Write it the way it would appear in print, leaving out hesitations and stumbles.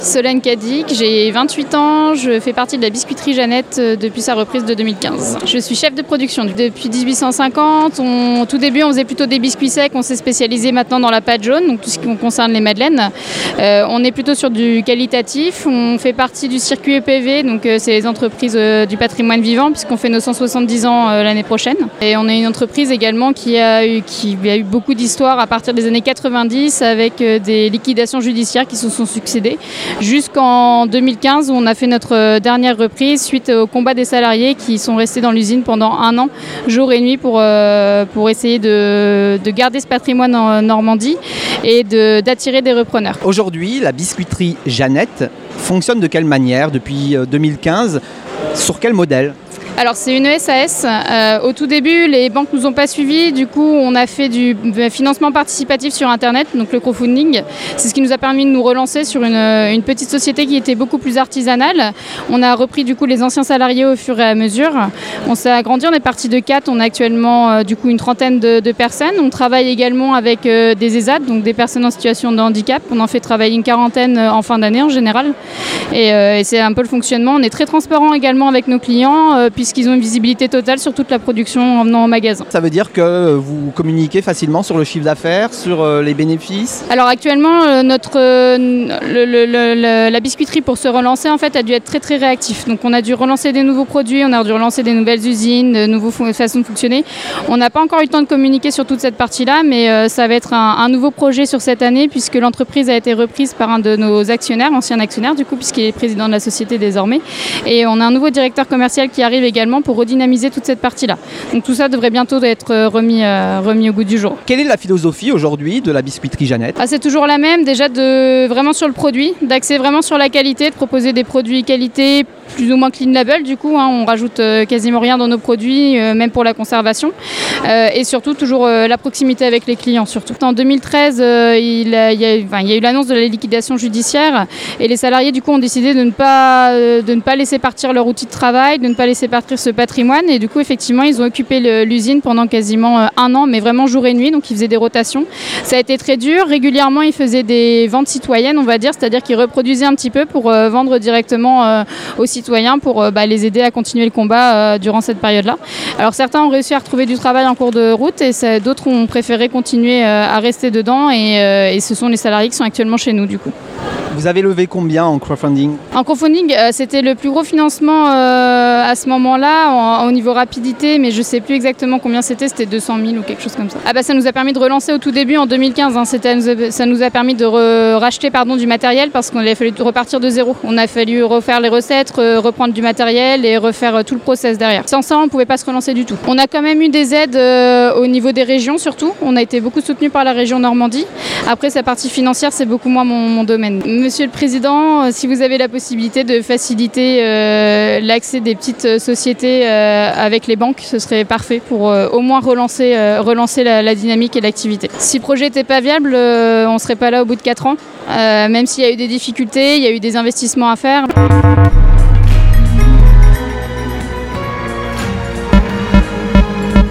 Solène Cadic, j'ai 28 ans, je fais partie de la biscuiterie Jeannette depuis sa reprise de 2015. Je suis chef de production depuis 1850. Au tout début, on faisait plutôt des biscuits secs, on s'est spécialisé maintenant dans la pâte jaune, donc tout ce qui concerne les madeleines. On est plutôt sur du qualitatif, on fait partie du circuit EPV, donc c'est les entreprises du patrimoine vivant, puisqu'on fait nos 170 ans l'année prochaine. Et on est une entreprise également qui a eu beaucoup d'histoires à partir des années 90 avec des liquidations judiciaires qui se sont succédées. Jusqu'en 2015 où on a fait notre dernière reprise suite au combat des salariés qui sont restés dans l'usine pendant 1 an, jour et nuit pour essayer de garder ce patrimoine en Normandie et d'attirer des repreneurs. Aujourd'hui, la biscuiterie Jeannette fonctionne de quelle manière depuis 2015 ? Sur quel modèle ? Alors c'est une SAS. Au tout début, les banques nous ont pas suivis. Du coup, on a fait du financement participatif sur Internet, donc le crowdfunding. C'est ce qui nous a permis de nous relancer sur une petite société qui était beaucoup plus artisanale. On a repris du coup les anciens salariés au fur et à mesure. On s'est agrandi, on est parti de 4. On a actuellement du coup une trentaine de personnes. On travaille également avec des ESAT, donc des personnes en situation de handicap. On en fait travailler une quarantaine en fin d'année en général. Et c'est un peu le fonctionnement. On est très transparent également avec nos clients puisqu'ils ont une visibilité totale sur toute la production en venant au magasin. Ça veut dire que vous communiquez facilement sur le chiffre d'affaires, sur les bénéfices ? Alors actuellement, la biscuiterie pour se relancer en fait a dû être très très réactif. Donc on a dû relancer des nouveaux produits, on a dû relancer des nouvelles usines, de nouvelles façons de fonctionner. On n'a pas encore eu le temps de communiquer sur toute cette partie-là, mais ça va être un nouveau projet sur cette année puisque l'entreprise a été reprise par un de nos actionnaires, ancien actionnaire du coup puisqu'il est président de la société désormais. Et on a un nouveau directeur commercial qui arrive également pour redynamiser toute cette partie-là. Donc tout ça devrait bientôt être remis au goût du jour. Quelle est la philosophie aujourd'hui de la biscuiterie Jeannette ? C'est toujours la même, déjà vraiment sur le produit, d'axer vraiment sur la qualité, de proposer des produits qualité plus ou moins clean label du coup, on rajoute quasiment rien dans nos produits, même pour la conservation. Et surtout toujours la proximité avec les clients surtout. En 2013, il y a eu l'annonce de la liquidation judiciaire et les salariés du coup ont décidé de ne pas laisser partir leur outil de travail, de ne pas laisser partir ce patrimoine et du coup effectivement ils ont occupé l'usine pendant quasiment 1 an, mais vraiment jour et nuit, donc ils faisaient des rotations. Ça a été très dur, régulièrement ils faisaient des ventes citoyennes on va dire, c'est-à-dire qu'ils reproduisaient un petit peu pour vendre directement aux citoyens pour les aider à continuer le combat durant cette période-là. Alors certains ont réussi à retrouver du travail en cours de route et d'autres ont préféré continuer à rester dedans et ce sont les salariés qui sont actuellement chez nous du coup. Vous avez levé combien en crowdfunding ? En crowdfunding, c'était le plus gros financement à ce moment-là, au niveau rapidité, mais je ne sais plus exactement combien c'était 200 000 ou quelque chose comme ça. Ça nous a permis de relancer au tout début en 2015, ça nous a permis de racheter du matériel parce qu'il a fallu repartir de zéro. On a fallu refaire les recettes, reprendre du matériel et refaire tout le process derrière. Sans ça, on ne pouvait pas se relancer du tout. On a quand même eu des aides au niveau des régions surtout. On a été beaucoup soutenu par la région Normandie. Après, sa partie financière, c'est beaucoup moins mon domaine. Monsieur le Président, si vous avez la possibilité de faciliter l'accès des petites sociétés avec les banques, ce serait parfait pour au moins relancer la dynamique et l'activité. Si le projet n'était pas viable, on ne serait pas là au bout de 4 ans. Même s'il y a eu des difficultés, il y a eu des investissements à faire.